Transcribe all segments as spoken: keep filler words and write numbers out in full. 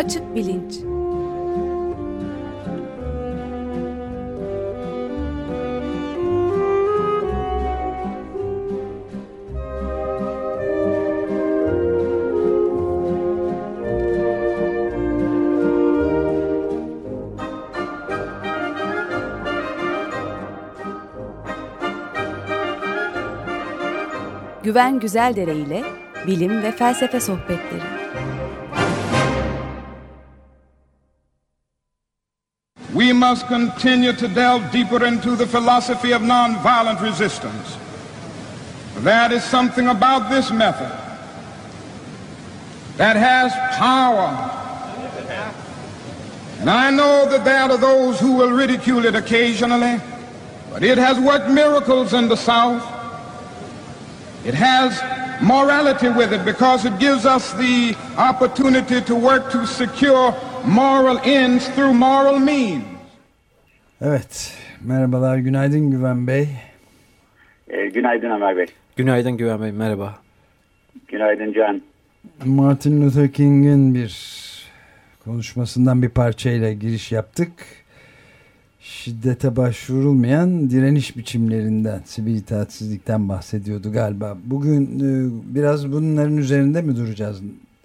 Açık bilinç. Güven Güzeldere ile bilim ve felsefe sohbetleri. We must continue to delve deeper into the philosophy of nonviolent resistance. There is something about this method that has power. And I know that there are those who will ridicule it occasionally, but it has worked miracles in the South. It has morality with it because it gives us the opportunity to work to secure moral ends through moral means. Evet, merhabalar, günaydın Güven Bey. E, günaydın Ömer Bey. Günaydın Güven Bey, merhaba. Günaydın Can. Martin Luther King'in bir konuşmasından bir parçayla giriş yaptık. Şiddete başvurulmayan direniş biçimlerinden, sivil itaatsizlikten bahsediyordu galiba. Bugün e, biraz bunların üzerinde mi duracağız?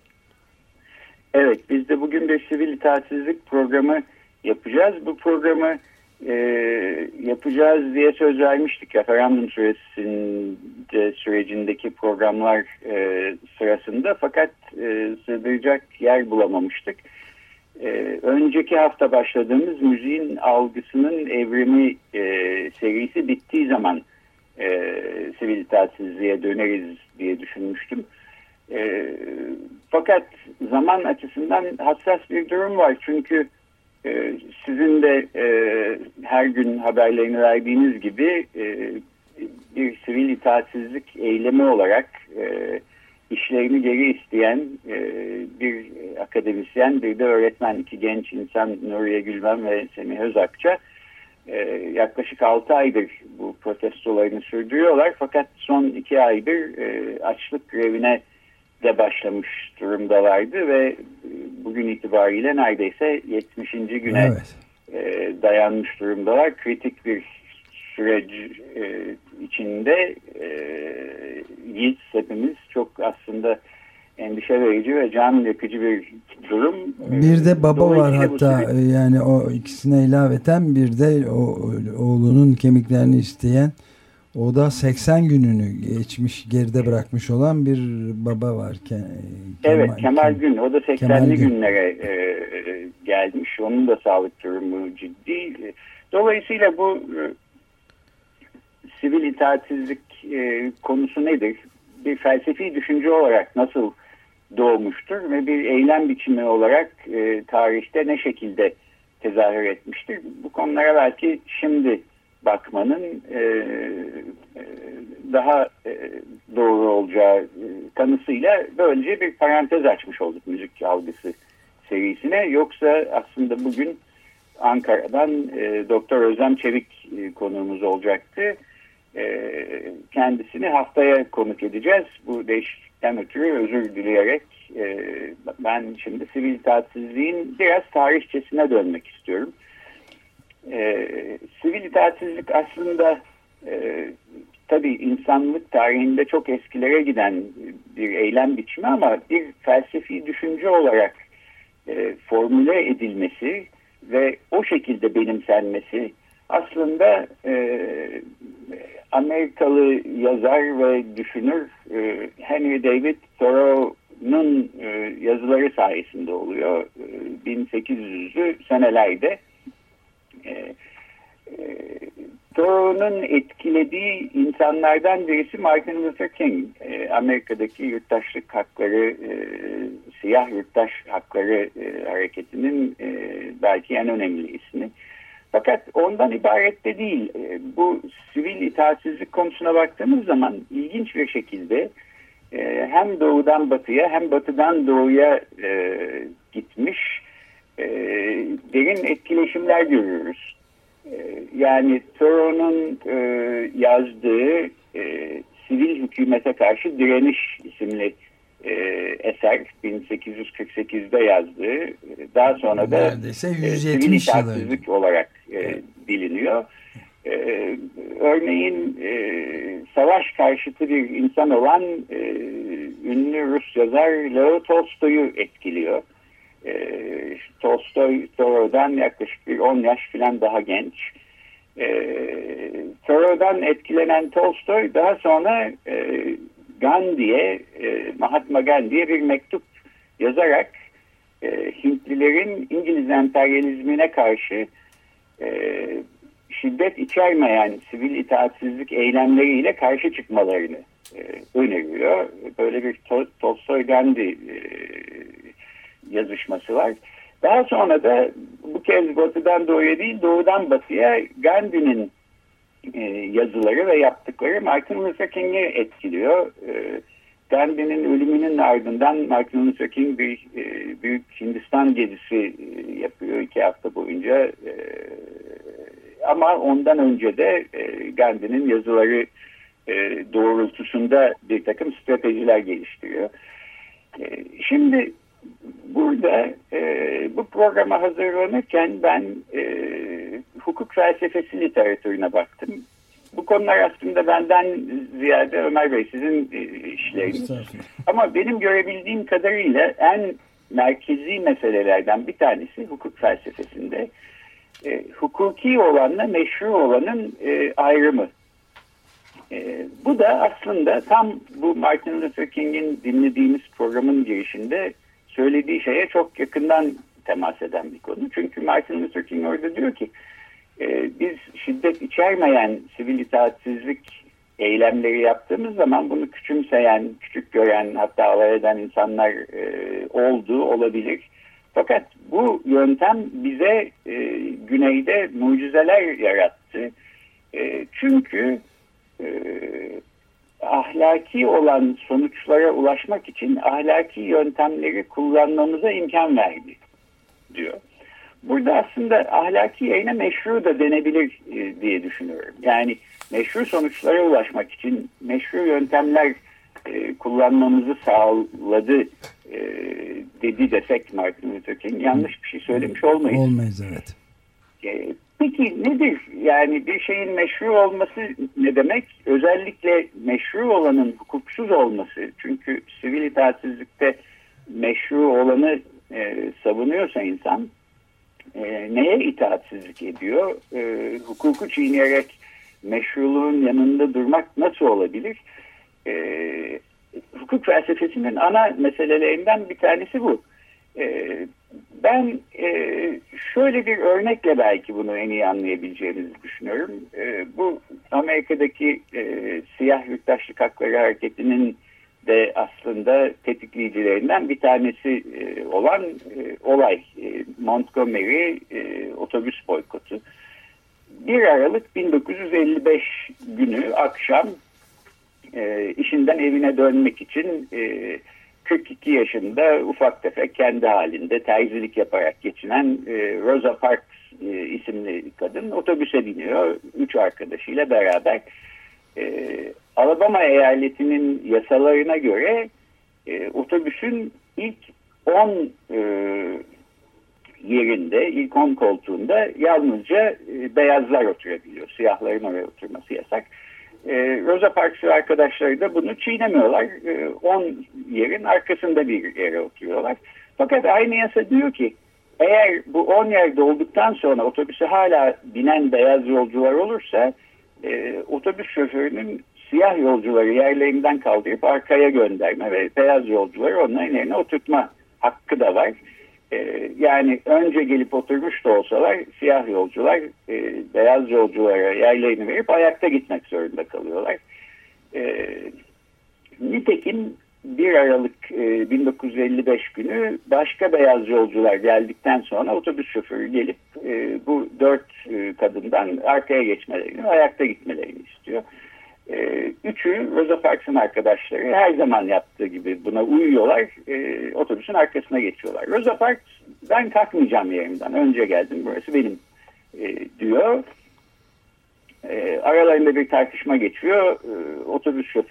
Evet, biz de bugün bir sivil itaatsizlik programı yapacağız. Bu programı e, yapacağız diye söz vermiştik. Referandum süresinde, sürecindeki programlar e, sırasında, fakat e, sığdıracak yer bulamamıştık. Ee, önceki hafta başladığımız müziğin algısının evrimi e, serisi bittiği zaman e, sivil itaatsizliğe döneriz diye düşünmüştüm. E, fakat zaman açısından hassas bir durum var. Çünkü e, sizin de e, her gün haberlerini verdiğiniz gibi e, bir sivil itaatsizlik eylemi olarak e, işlerini geri isteyen e, bir akademisyen, bir de öğretmen, iki genç insan, Nuriye Gülben ve Semih Özakça e, yaklaşık altı aydır bu protestolarını sürdürüyorlar. Fakat son iki aydır e, açlık grevine de başlamış durumdalardı ve bugün itibariyle neredeyse yetmişinci güne evet. e, dayanmış durumdalar. Kritik bir süreç e, içinde e, yiğit hepimiz, çok aslında endişe verici ve can yakıcı bir durum. Bir de baba var hatta, süreç... yani o ikisine ilaveten bir de o, oğlunun kemiklerini isteyen, o da seksen gününü geçmiş, geride bırakmış olan bir baba var. Kemal, evet, Kemal Gün, o da seksenli günlere e, gelmiş. Onun da sağlık durumu ciddi. Dolayısıyla bu e, sivil itaatsizlik e, konusu nedir? Bir felsefi düşünce olarak nasıl doğmuştur ve bir eylem biçimi olarak e, tarihte ne şekilde tezahür etmiştir? Bu konulara belki şimdi bakmanın e, e, daha e, doğru olacağı e, kanısıyla böylece bir parantez açmış olduk müzik algısı serisine. Yoksa aslında bugün Ankara'dan e, Doktor Özlem Çevik e, konuğumuz olacaktı. E, kendisini haftaya konuk edeceğiz. Bu değişiklikten ötürü özür dileyerek e, ben şimdi sivil itaatsizliğin biraz tarihçesine dönmek istiyorum. E, sivil itaatsizlik aslında e, tabii insanlık tarihinde çok eskilere giden bir eylem biçimi, ama bir felsefi düşünce olarak e, formüle edilmesi ve o şekilde benimsenmesi aslında e, Amerikalı yazar ve düşünür e, Henry David Thoreau'nun e, yazıları sayesinde oluyor. E, bin sekiz yüzlü senelerde e, e, Thoreau'nun etkilediği insanlardan birisi Martin Luther King. E, Amerika'daki yurttaşlık hakları, e, siyah yurttaş hakları e, hareketinin e, belki en önemli ismi. Fakat ondan ibaret de değil. Bu sivil itaatsizlik konusuna baktığımız zaman ilginç bir şekilde hem doğudan batıya hem batıdan doğuya gitmiş derin etkileşimler görüyoruz. Yani Thoreau'nun yazdığı Sivil Hükümete Karşı Direniş isimli e, eser bin sekiz yüz kırk sekizde yazdığı, daha sonra da neredeyse yüz yetmiş sivil yıl itaatsizlik olarak e, biliniyor. E, örneğin e, savaş karşıtı bir insan olan e, ünlü Rus yazar Leo Tolstoy'u etkiliyor. E, Tolstoy Thoreau'dan yaklaşık bir on yaş falan daha genç. E, Thoreau'dan etkilenen Tolstoy daha sonra e, Gandhi'ye, e, Mahatma Gandhi'ye bir mektup yazarak e, Hintlilerin İngiliz emperyalizmine karşı e, şiddet içermeyen sivil itaatsizlik eylemleriyle karşı çıkmalarını e, öneriyor. Böyle bir to- Tolstoy-Gandhi e, yazışması var. Daha sonra da bu kez batıdan doğuya değil, doğudan batıya Gandhi'nin e, yazıları ve yaptıkları Martin Luther King'i etkiliyor. E, Gandhi'nin ölümünün ardından Martin Luther King bir e, büyük Hindistan gezisi e, yapıyor iki hafta boyunca. E, ama ondan önce de e, Gandhi'nin yazıları e, doğrultusunda bir takım stratejiler geliştiriyor. E, şimdi burada e, bu programa hazırlanırken ben e, hukuk felsefesi literatürüne baktım. Bu konular aslında benden ziyade Ömer Bey sizin e, işleriniz. Ama benim görebildiğim kadarıyla en merkezi meselelerden bir tanesi hukuk felsefesinde e, hukuki olanla meşru olanın e, ayrımı. E, bu da aslında tam bu Martin Luther King'in dinlediğimiz programın girişinde söylediği şeye çok yakından temas eden bir konu. Çünkü Martin Luther King orada diyor ki e, biz şiddet içermeyen sivil itaatsizlik eylemleri yaptığımız zaman bunu küçümseyen, küçük gören, hatta alay eden insanlar e, olduğu olabilir. Fakat bu yöntem bize e, güneyde mucizeler yarattı. E, çünkü e, ahlaki olan sonuçlara ulaşmak için ahlaki yöntemleri kullanmamıza imkan verdi diyor. Burada aslında ahlaki yayına meşru da denebilir e, diye düşünüyorum. Yani meşru sonuçlara ulaşmak için meşru yöntemler e, kullanmamızı sağladı e, dedi desek Martin Luther King yanlış bir şey söylemiş olmayız. Olmayız, evet. E, peki nedir? Yani bir şeyin meşru olması ne demek? Özellikle meşru olanın hukuksuz olması. Çünkü sivil itaatsizlikte meşru olanı e, savunuyorsa insan e, neye itaatsizlik ediyor? E, hukuku çiğneyerek meşruluğun yanında durmak nasıl olabilir? E, hukuk felsefesinin ana meselelerinden bir tanesi bu. E, ben e, şöyle bir örnekle belki bunu en iyi anlayabileceğimizi düşünüyorum. E, bu Amerika'daki e, siyah yurttaşlık hakları hareketinin de aslında tetikleyicilerinden bir tanesi e, olan e, olay. E, Montgomery e, otobüs boykotu. bir Aralık bin dokuz yüz elli beş günü akşam e, işinden evine dönmek için e, kırk iki yaşında ufak tefek kendi halinde terzilik yaparak geçinen e, Rosa Parks e, isimli kadın otobüse biniyor. Üç arkadaşıyla beraber. E, Alabama eyaletinin yasalarına göre e, otobüsün ilk on e, yerinde, ilk on koltuğunda yalnızca e, beyazlar oturabiliyor. Siyahların oraya oturması yasak. E, Rosa Parks ve arkadaşları da bunu çiğnemiyorlar. E, on yerin arkasında bir yere oturuyorlar. Fakat aynı yasa diyor ki eğer bu on yer dolduktan sonra otobüse hala binen beyaz yolcular olursa e, otobüs şoförünün siyah yolcuları yerlerinden kaldırıp arkaya gönderme ve beyaz yolcuları onların yerine oturtma hakkı da var. Ee, yani önce gelip oturmuş da olsalar siyah yolcular e, beyaz yolculara yerlerini verip ayakta gitmek zorunda kalıyorlar. Ee, nitekim bir Aralık e, bin dokuz yüz elli beş günü başka beyaz yolcular geldikten sonra otobüs şoförü gelip e, bu dört e, kadından arkaya geçmelerini, ayakta gitmelerini istiyor. E, üçü Rosa Parks'ın arkadaşları her zaman yaptığı gibi buna uyuyorlar. E, otobüsün arkasına geçiyorlar. Rosa Parks ben kalkmayacağım yerimden. Önce geldim burası benim e, diyor. E, aralarında bir tartışma geçiyor. E, otobüs şoförü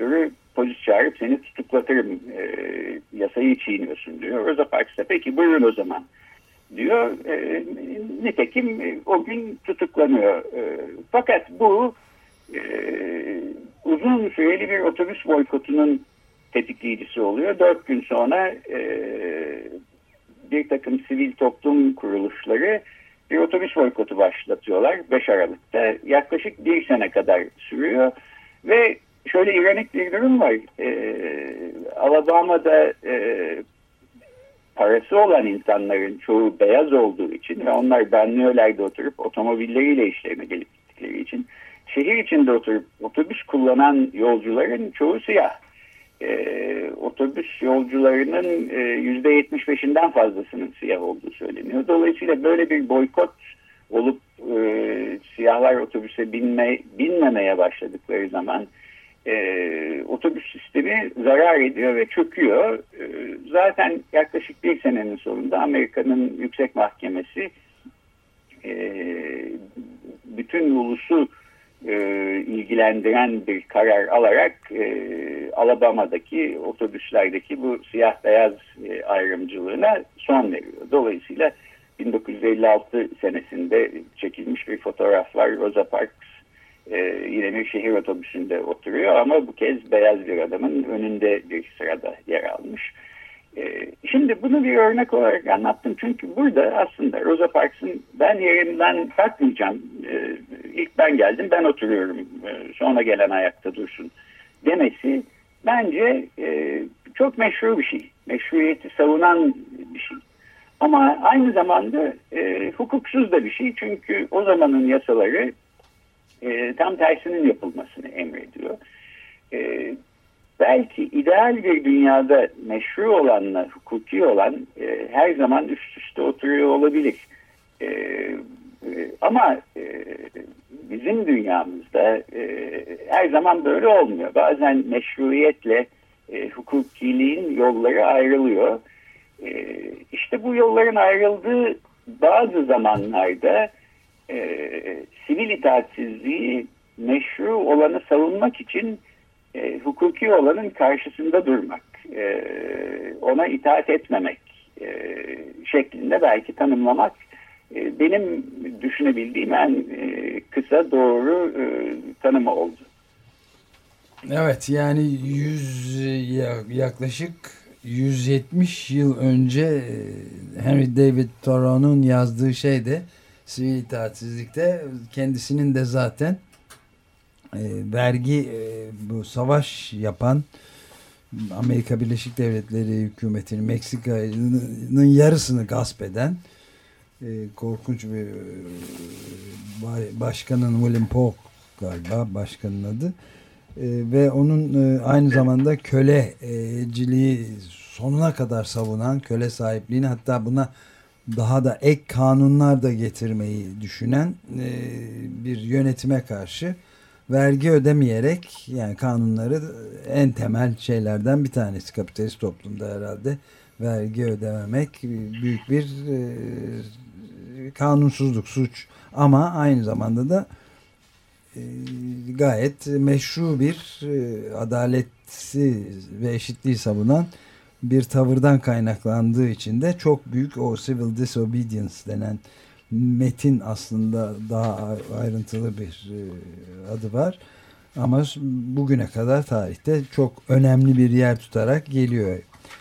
polis çağırıp seni tutuklatırım, e, yasayı çiğniyorsun diyor. Rosa Parks da peki buyurun o zaman diyor. E, nitekim e, o gün tutuklanıyor. E, fakat bu e, uzun süreli bir otobüs boykotunun tetikleyicisi oluyor. Dört gün sonra e, bir takım sivil toplum kuruluşları bir otobüs boykotu başlatıyorlar beş Aralık'ta. Yaklaşık bir sene kadar sürüyor ve şöyle ironik bir durum var. E, Alabama'da e, parası olan insanların çoğu beyaz olduğu için ve onlar banliyölerde oturup otomobilleriyle işlerine gelip gittikleri için şehir içinde oturup otobüs kullanan yolcuların çoğu siyah. Ee, otobüs yolcularının e, yüzde yetmiş beşinden fazlasının siyah olduğu söyleniyor. Dolayısıyla böyle bir boykot olup e, siyahlar otobüse binme, binmemeye başladıkları zaman e, otobüs sistemi zarar ediyor ve çöküyor. E, zaten yaklaşık bir senenin sonunda Amerika'nın Yüksek Mahkemesi e, bütün ulusu E, ilgilendiren bir karar alarak e, Alabama'daki otobüslerdeki bu siyah beyaz e, ayrımcılığına son veriyor. Dolayısıyla bin dokuz yüz elli altı senesinde çekilmiş bir fotoğraf var. Rosa Parks e, yine bir şehir otobüsünde oturuyor ama bu kez beyaz bir adamın önünde bir sırada yer almış. Şimdi bunu bir örnek olarak anlattım çünkü burada aslında Rosa Parks'ın ben yerimden kalkmayacağım, ilk ben geldim ben oturuyorum, sonra gelen ayakta dursun demesi bence çok meşru bir şey, meşruiyeti savunan bir şey ama aynı zamanda hukuksuz da bir şey çünkü o zamanın yasaları tam tersinin yapılmasını emrediyor. Belki ideal bir dünyada meşru olanla hukuki olan e, her zaman üst üste oturuyor olabilir. E, e, ama e, bizim dünyamızda e, her zaman böyle olmuyor. Bazen meşruiyetle e, hukukiliğin yolları ayrılıyor. E, işte bu yolların ayrıldığı bazı zamanlarda e, sivil itaatsizliği meşru olanı savunmak için E, hukuki olanın karşısında durmak, e, ona itaat etmemek e, şeklinde belki tanımlamak e, benim düşünebildiğim en e, kısa doğru e, tanımı oldu. Evet yani yüz yaklaşık yüz yetmiş yıl önce Henry David Thoreau'nun yazdığı şey de sivil itaatsizlikte kendisinin de zaten E, vergi e, bu savaş yapan Amerika Birleşik Devletleri hükümetinin Meksika'nın yarısını gasp eden e, korkunç bir e, başkanın William Polk galiba başkanın adı e, ve onun e, aynı zamanda köleciliği sonuna kadar savunan, köle sahipliğini, hatta buna daha da ek kanunlar da getirmeyi düşünen e, bir yönetime karşı vergi ödemeyerek, yani kanunları en temel şeylerden bir tanesi kapitalist toplumda herhalde vergi ödememek büyük bir e, kanunsuzluk, suç ama aynı zamanda da e, gayet meşru bir e, adaleti ve eşitliği savunan bir tavırdan kaynaklandığı için de çok büyük o civil disobedience denen metin aslında daha ayrıntılı bir adı var ama bugüne kadar tarihte çok önemli bir yer tutarak geliyor.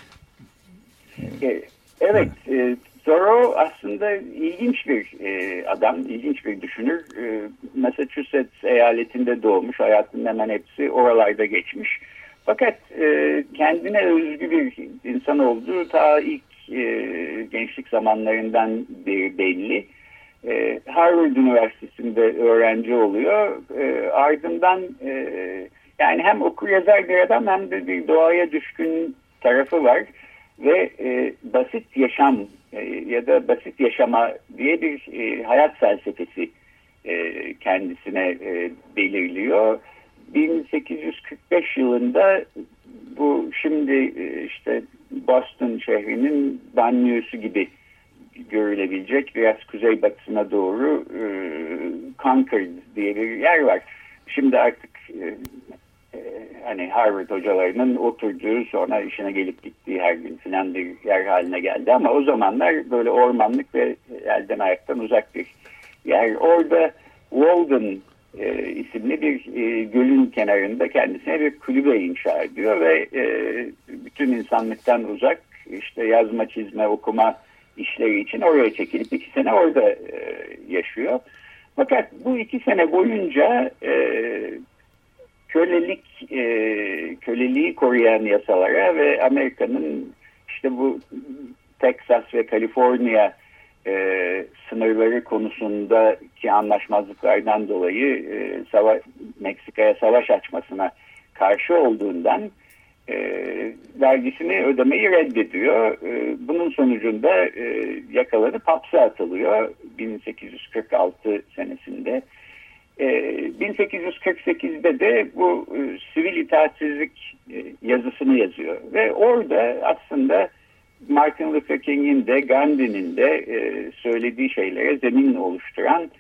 Evet, evet. Thoreau aslında ilginç bir adam, ilginç bir düşünür. Massachusetts eyaletinde doğmuş, hayatının hemen hepsi oralarda geçmiş. Fakat kendine özgü bir insan olduğu ta ilk gençlik zamanlarından beri belli. E, Harvard Üniversitesi'nde öğrenci oluyor. E, ardından e, yani hem okur yazar bir adam hem de bir doğaya düşkün tarafı var ve e, basit yaşam e, ya da basit yaşama diye bir e, hayat felsefesi e, kendisine e, belirliyor. bin sekiz yüz kırk beş yılında bu şimdi e, işte Boston şehrinin banliyösü gibi görülebilecek biraz kuzeybatısına doğru e, Concord diye bir yer var. Şimdi artık e, hani Harvard hocalarının oturduğu, sonra işine gelip gittiği her gün filan bir yer haline geldi. Ama o zamanlar böyle ormanlık ve elden ayaktan uzak bir yer. Orada Walden e, isimli bir e, gölün kenarında kendisine bir kulübe inşa ediyor ve e, bütün insanlıktan uzak, işte yazma, çizme, okuma işleri için oraya çekilip iki sene orada e, yaşıyor. Fakat bu iki sene boyunca e, kölelik, e, köleliği koruyan yasalara ve Amerika'nın işte bu Texas ve Kaliforniya e, sınırları konusundaki anlaşmazlıklardan dolayı e, sava- Meksika'ya savaş açmasına karşı olduğundan e, vergisini ödemeyi reddediyor. E, bunun sonucunda e, yakalanıp hapse atılıyor bin sekiz yüz kırk altı senesinde. bin sekiz yüz kırk sekizde de bu e, sivil itaatsizlik e, yazısını yazıyor ve orada aslında Martin Luther King'in de Gandhi'nin de e, söylediği şeylere zemin oluşturan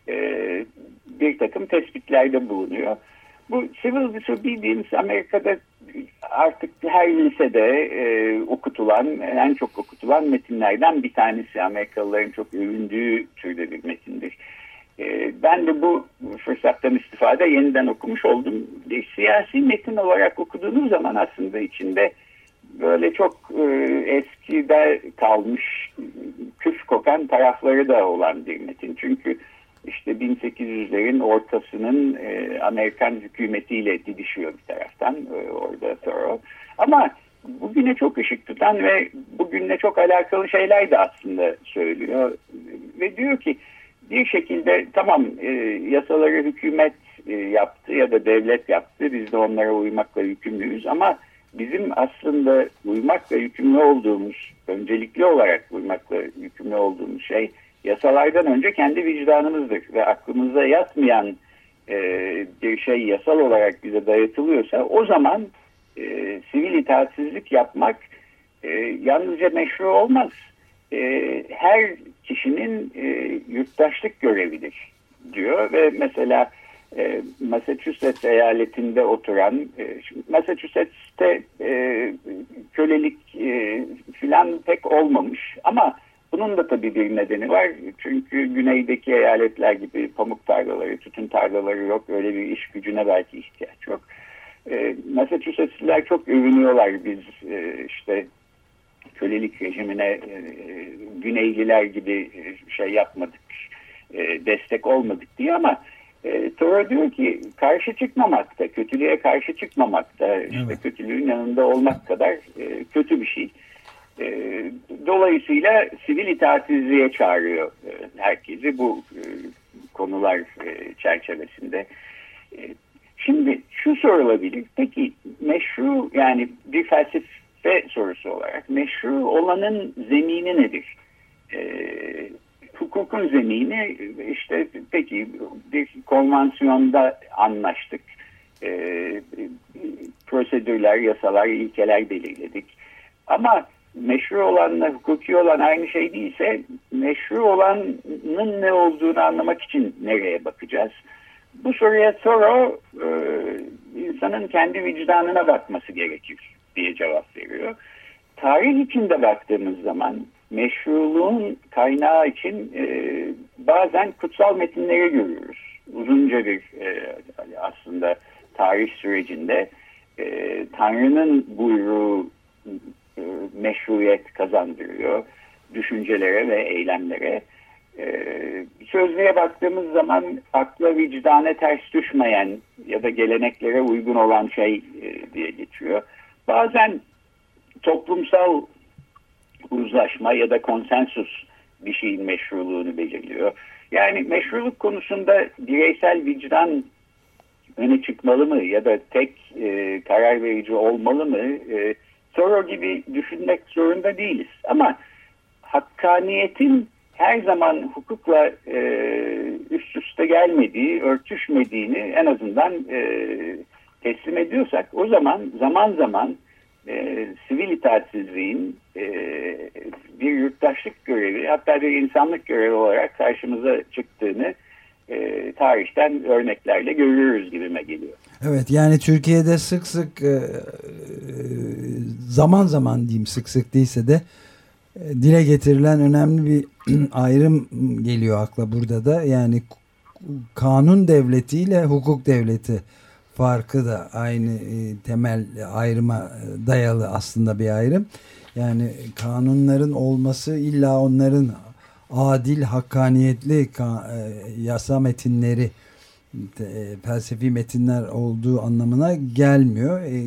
e, bir takım tespitlerde bulunuyor. Bu civil disobedience Amerika'da artık her lisede e, okutulan, en çok okutulan metinlerden bir tanesi. Amerikalıların çok övündüğü türde bir metindir. E, ben de bu fırsattan istifade yeniden okumuş oldum. Bir siyasi metin olarak okuduğunuz zaman aslında içinde böyle çok e, eskide kalmış, küf kokan tarafları da olan bir metin. Çünkü işte bin sekiz yüzlerin ortasının e, Amerikan hükümetiyle didişiyor bir taraftan e, orada Thoreau. Ama bugüne çok ışık tutan ve bugünle çok alakalı şeyler de aslında söylüyor. Ve diyor ki bir şekilde tamam e, yasaları hükümet e, yaptı ya da devlet yaptı. Biz de onlara uymakla yükümlüyüz ama bizim aslında uymakla yükümlü olduğumuz, öncelikli olarak uymakla yükümlü olduğumuz şey yasalardan önce kendi vicdanımızdır. Ve aklımıza yatmayan e, bir şey yasal olarak bize dayatılıyorsa o zaman e, sivil itaatsizlik yapmak e, yalnızca meşru olmaz. E, her kişinin e, yurttaşlık görevidir diyor ve mesela e, Massachusetts eyaletinde oturan, e, Massachusetts'te e, kölelik e, filan pek olmamış ama bunun da tabii bir nedeni var. Çünkü güneydeki eyaletler gibi pamuk tarlaları, tütün tarlaları yok. Öyle bir iş gücüne belki ihtiyaç yok. E, Massachusetts'liler çok övünüyorlar biz e, işte kölelik rejimine e, Güneyliler gibi şey yapmadık, e, destek olmadık diye ama e, Thoreau diyor ki karşı çıkmamakta, kötülüğe karşı çıkmamakta, işte evet. Kötülüğün yanında olmak kadar e, kötü bir şey. E, dolayısıyla sivil itaatsizliğe çağırıyor e, herkesi bu e, konular e, çerçevesinde. E, şimdi şu sorulabilir, peki meşru yani bir felsefe sorusu olarak meşru olanın zemini nedir? E, hukukun zemini işte peki bir konvansiyonda anlaştık. E, prosedürler, yasalar, ilkeler belirledik. Ama meşru olanla hukuki olan aynı şey değilse meşru olanın ne olduğunu anlamak için nereye bakacağız? Bu soruya Thoreau e, insanın kendi vicdanına bakması gerekir diye cevap veriyor. Tarih içinde baktığımız zaman meşruluğun kaynağı için e, bazen kutsal metinleri görüyoruz. Uzunca bir e, aslında tarih sürecinde e, Tanrı'nın buyruğu e, meşruiyet kazandırıyor düşüncelere ve eylemlere. Ee, sözlüğe baktığımız zaman akla vicdana ters düşmeyen ya da geleneklere uygun olan şey e, diye geçiyor. Bazen toplumsal uzlaşma ya da konsensus bir şeyin meşruluğunu belirliyor. Yani meşruluk konusunda bireysel vicdan öne çıkmalı mı ya da tek e, karar verici olmalı mı? E, Thoreau gibi düşünmek zorunda değiliz. Ama hakkaniyetin her zaman hukukla e, üst üste gelmediği, örtüşmediğini en azından e, teslim ediyorsak o zaman zaman zaman e, sivil itaatsizliğin e, bir yurttaşlık görevi hatta bir insanlık görevi olarak karşımıza çıktığını e, tarihten örneklerle görüyoruz gibime geliyor. Evet, yani Türkiye'de sık sık e, zaman zaman diyeyim, sık sık değilse de e, dile getirilen önemli bir ayrım geliyor akla burada da. Yani kanun devletiyle hukuk devleti farkı da aynı e, temel ayrıma dayalı aslında bir ayrım. Yani kanunların olması illa onların adil, hakkaniyetli ka, e, yasa metinleri, e, felsefi metinler olduğu anlamına gelmiyor. E,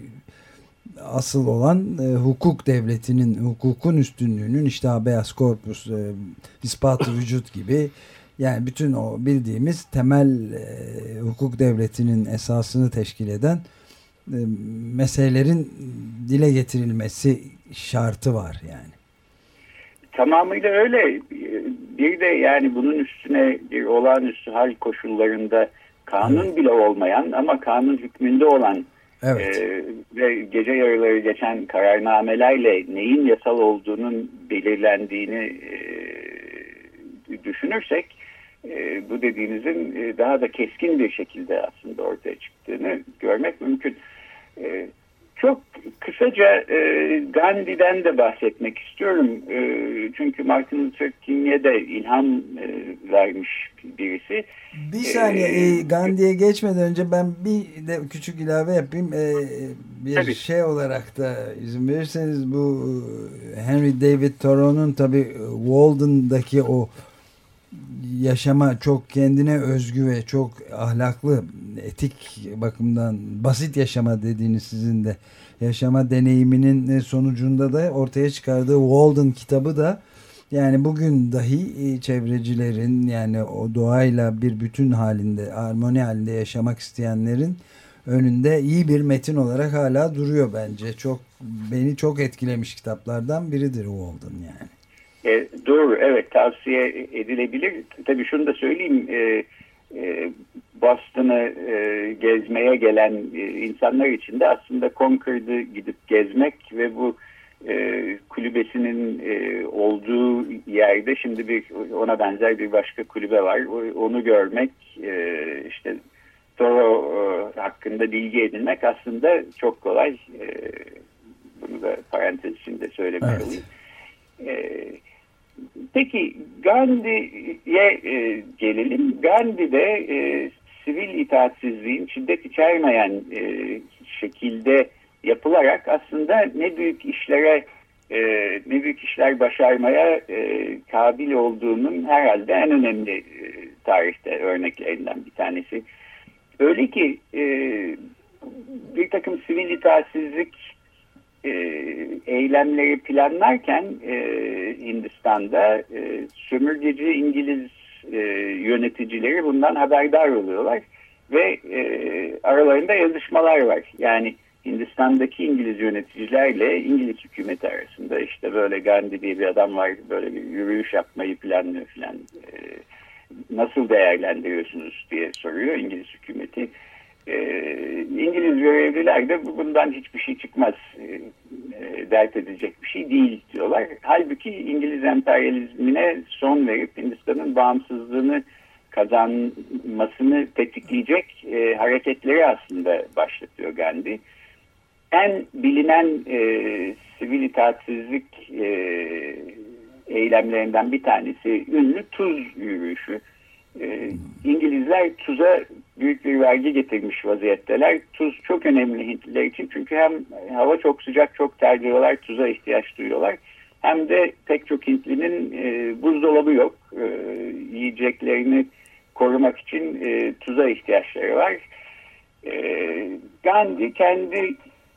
asıl olan e, hukuk devletinin, hukukun üstünlüğünün, işte habeas corpus, e, ispat-ı vücut gibi, yani bütün o bildiğimiz temel e, hukuk devletinin esasını teşkil eden e, meselelerin dile getirilmesi şartı var yani. Tamamıyla öyle. Bir de yani bunun üstüne bir olağanüstü hal koşullarında kanun evet. bile olmayan ama kanun hükmünde olan evet. e, ve gece yarıları geçen kararnamelerle neyin yasal olduğunun belirlendiğini e, düşünürsek e, bu dediğinizin e, daha da keskin bir şekilde aslında ortaya çıktığını görmek mümkün. E, Çok kısaca e, Gandhi'den de bahsetmek istiyorum. E, çünkü Martin Luther King'e de ilham e, vermiş birisi. Bir saniye e, Gandhi'ye geçmeden önce ben bir de küçük ilave yapayım. E, bir tabii. şey olarak da izin verirseniz, bu Henry David Thoreau'nun tabii Walden'daki o yaşama, çok kendine özgü ve çok ahlaklı, etik bakımdan basit yaşama dediğiniz sizin de yaşama deneyiminin sonucunda da ortaya çıkardığı Walden kitabı da, yani bugün dahi çevrecilerin, yani o doğayla bir bütün halinde, harmoni halinde yaşamak isteyenlerin önünde iyi bir metin olarak hala duruyor bence. Çok, beni çok etkilemiş kitaplardan biridir Walden yani. E, doğru, evet, tavsiye edilebilir. Tabii şunu da söyleyeyim, e, e, Boston'ı e, gezmeye gelen e, insanlar için de aslında Concord'u gidip gezmek ve bu e, kulübesinin e, olduğu yerde şimdi bir ona benzer bir başka kulübe var. Onu görmek, e, işte Thoreau e, hakkında bilgi edinmek aslında çok kolay. E, bunu da parantez içinde söylemiş evet. olayım. E, Peki Gandhi'ye e, gelelim. Gandhi'de e, sivil itaatsizliğin şiddet içermeyen e, şekilde yapılarak aslında ne büyük işlere e, ne büyük işler başarmaya e, kabil olduğunun herhalde en önemli e, tarihte örneklerinden bir tanesi. Öyle ki e, bir takım sivil itaatsizlik E, eylemleri planlarken e, Hindistan'da e, sömürgeci İngiliz e, yöneticileri bundan haberdar oluyorlar ve e, aralarında yazışmalar var. Yani Hindistan'daki İngiliz yöneticilerle İngiliz hükümeti arasında, işte böyle Gandhi diye bir adam var, böyle bir yürüyüş yapmayı planlıyor falan, e, nasıl değerlendiriyorsunuz diye soruyor İngiliz hükümeti. Ee, İngiliz görevliler de bundan hiçbir şey çıkmaz, e, e, dert edecek bir şey değil diyorlar. Halbuki İngiliz emperyalizmine son verip Hindistan'ın bağımsızlığını kazanmasını tetikleyecek e, hareketleri aslında başlatıyor Gandhi. En bilinen e, sivil itaatsizlik e, eylemlerinden bir tanesi ünlü Tuz yürüyüşü. E, İngilizler tuza büyük bir vergi getirmiş vaziyetteler. Tuz çok önemli Hintliler için, çünkü hem hava çok sıcak, çok terliyorlar, tuza ihtiyaç duyuyorlar. Hem de pek çok Hintlinin e, buzdolabı yok. E, yiyeceklerini korumak için e, tuza ihtiyaçları var. E, Gandhi kendi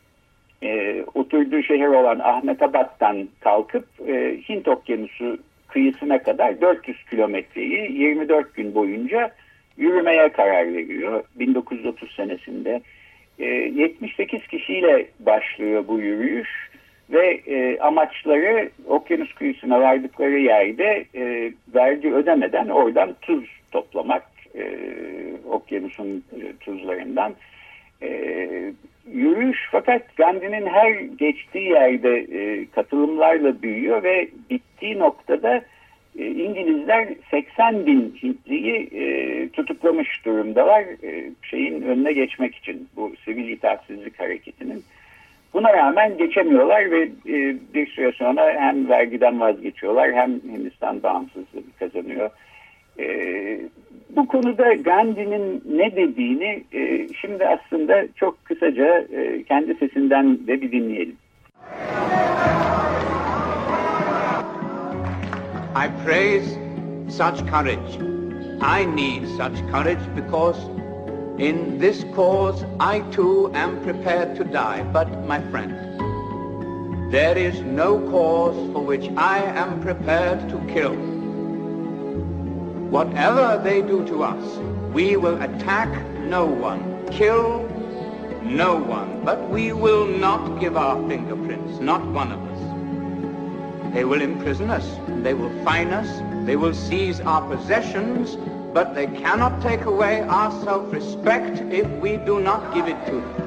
e, oturduğu şehir olan Ahmedabad'dan kalkıp e, Hint Okyanusu kıyısına kadar dört yüz kilometreyi yirmi dört gün boyunca yürümeye karar veriyor bin dokuz yüz otuz senesinde. E, yetmiş sekiz kişiyle başlıyor bu yürüyüş ve e, amaçları okyanus kıyısına vardıkları yerde e, vergi ödemeden oradan tuz toplamak, e, okyanusun e, tuzlarından. E, yürüyüş fakat Gandhi'nin her geçtiği yerde e, katılımlarla büyüyor ve bittiği noktada E, İngilizler seksen bin Hintliyi e, tutuklamış durumdalar e, şeyin önüne geçmek için, bu sivil itaatsizlik hareketinin. Buna rağmen geçemiyorlar ve e, bir süre sonra hem vergiden vazgeçiyorlar hem Hindistan bağımsızlığı kazanıyor. E, bu konuda Gandhi'nin ne dediğini e, şimdi aslında çok kısaca e, kendi sesinden de bir dinleyelim. I praise such courage. I need such courage because in this cause I too am prepared to die. But my friend, there is no cause for which I am prepared to kill. Whatever they do to us, we will attack no one, kill no one, but we will not give our fingerprints, not one of us. They will imprison us, they will fine us, they will seize our possessions, but they cannot take away our self-respect if we do not give it to them.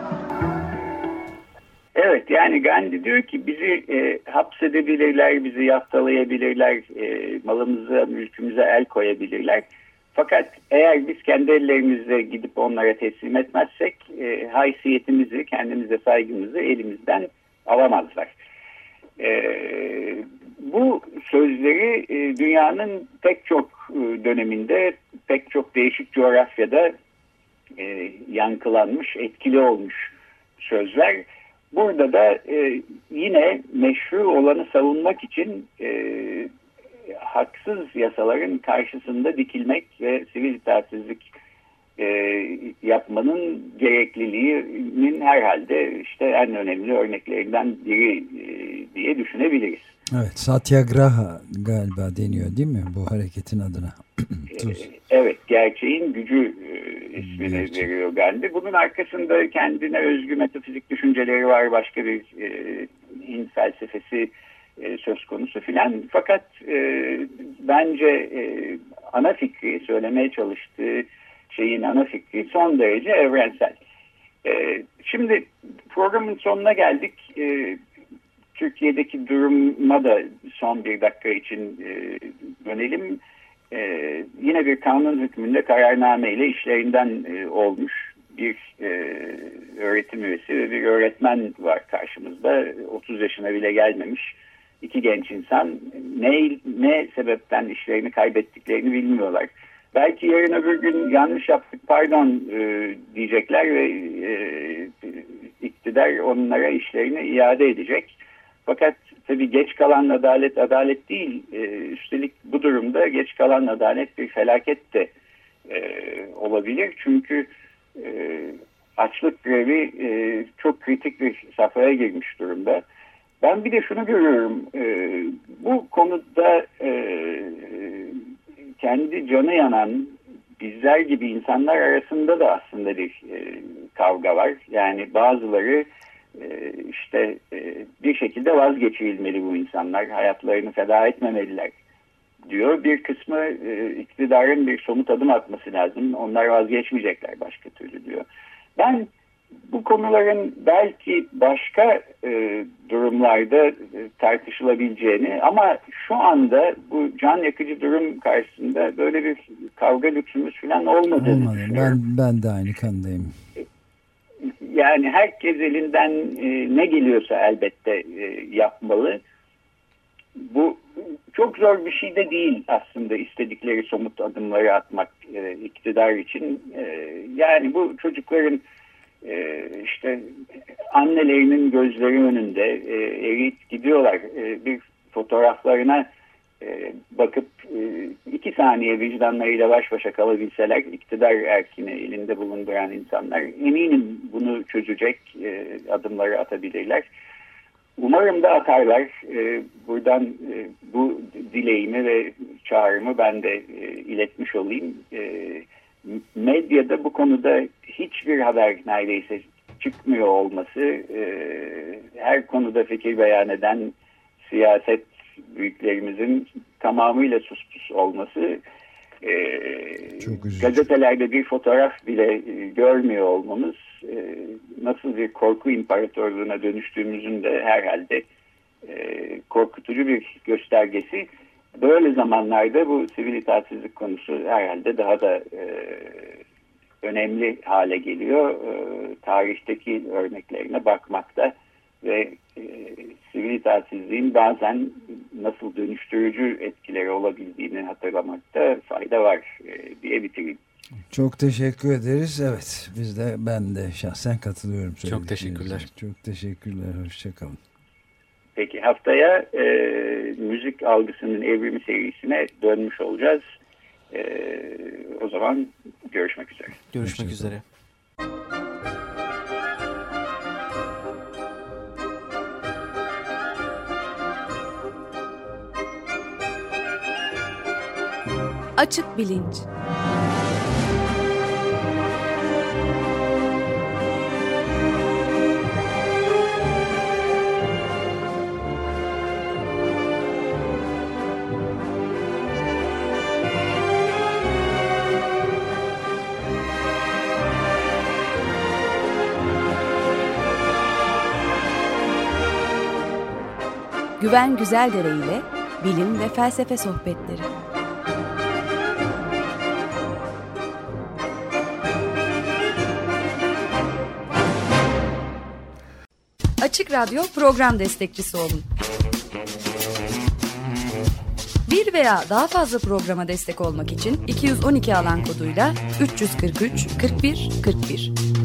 Evet, yani Gandhi diyor ki bizi e, hapsedebilirler, bizi yaftalayabilirler, e, malımıza, mülkümüze el koyabilirler. Fakat eğer biz kendi ellerimizle gidip onlara teslim etmezsek e, haysiyetimizi, kendimize saygımızı elimizden alamazlar. E, bu sözleri e, dünyanın pek çok e, döneminde, pek çok değişik coğrafyada e, yankılanmış, etkili olmuş sözler. Burada da e, yine meşru olanı savunmak için e, haksız yasaların karşısında dikilmek ve sivil itaatsizlik e, yapmanın gerekliliğinin herhalde işte en önemli örneklerinden biri e, diye düşünebiliriz. Evet, Satyagraha galiba deniyor değil mi bu hareketin adına? Evet, gerçeğin gücü e, ismini Gerçek. veriyor Gandhi. Bunun arkasında kendine özgü metafizik düşünceleri var, başka bir e, Hint felsefesi e, söz konusu filan. Fakat e, bence e, ana fikri, söylemeye çalıştığı şeyin ana fikri son derece evrensel. E, şimdi programın sonuna geldik. E, Türkiye'deki duruma da son bir dakika için e, dönelim. Ee, yine bir kanun hükmünde kararnameyle işlerinden e, olmuş bir e, öğretim üyesi ve bir öğretmen var karşımızda. otuz yaşına bile gelmemiş iki genç insan ne, ne sebepten işlerini kaybettiklerini bilmiyorlar. Belki yarın öbür gün yanlış yaptık pardon e, diyecekler ve e, iktidar onlara işlerini iade edecek. Fakat tabii geç kalan adalet adalet değil. Ee, üstelik bu durumda geç kalan adalet bir felaket de e, olabilir. Çünkü e, açlık grevi e, çok kritik bir safhaya girmiş durumda. Ben bir de şunu görüyorum. E, bu konuda e, kendi canı yanan bizler gibi insanlar arasında da aslında bir e, kavga var. Yani bazıları işte bir şekilde vazgeçilmeli bu insanlar, hayatlarını feda etmemeliler diyor. Bir kısmı iktidarın bir somut adım atması lazım, onlar vazgeçmeyecekler başka türlü diyor. Ben bu konuların belki başka durumlarda tartışılabileceğini ama şu anda bu can yakıcı durum karşısında böyle bir kavga lüksümüz falan olmadığını Olmadı. düşünüyorum. Ben, ben de aynı kanıdayım. Yani herkes elinden e, ne geliyorsa elbette e, yapmalı. Bu çok zor bir şey de değil aslında, istedikleri somut adımları atmak e, iktidar için. E, yani bu çocukların e, işte annelerinin gözleri önünde e, eriyip gidiyorlar. E, bir fotoğraflarına e, bakıp e, iki saniye vicdanlarıyla baş başa kalabilseler, iktidar erkini elinde bulunduran insanlar eminim bunu çözecek e, adımları atabilirler. Umarım da atarlar. E, buradan e, bu dileğimi ve çağrımı ben de e, iletmiş olayım. E, medyada bu konuda hiçbir haber neredeyse çıkmıyor olması, e, her konuda fikir beyan eden siyaset büyüklerimizin tamamıyla suspus olması, e, gazetelerde bir fotoğraf bile e, görmüyor olmamız e, nasıl bir korku imparatorluğuna dönüştüğümüzün de herhalde e, korkutucu bir göstergesi. böyle zamanlarda bu sivil itaatsizlik konusu herhalde daha da e, önemli hale geliyor. E, tarihteki örneklerine bakmakta ve e, sivil itaatsizliğin bazen nasıl dönüştürücü etkileri olabildiğini hatırlamakta fayda var e, diye bitireyim. Çok teşekkür ederiz. Evet, biz de ben de şahsen katılıyorum. Çok teşekkürler. Çok teşekkürler. Hoşçakalın. Peki haftaya e, müzik algısının evrimi serisine dönmüş olacağız. E, o zaman görüşmek üzere. Görüşmek üzere. Açık Bilinç. Güven Güzeldere ile bilim ve felsefe sohbetleri. Açık Radyo program destekçisi olun. Bir veya daha fazla programa destek olmak için iki yüz on iki alan koduyla üç yüz kırk üç kırk bir kırk bir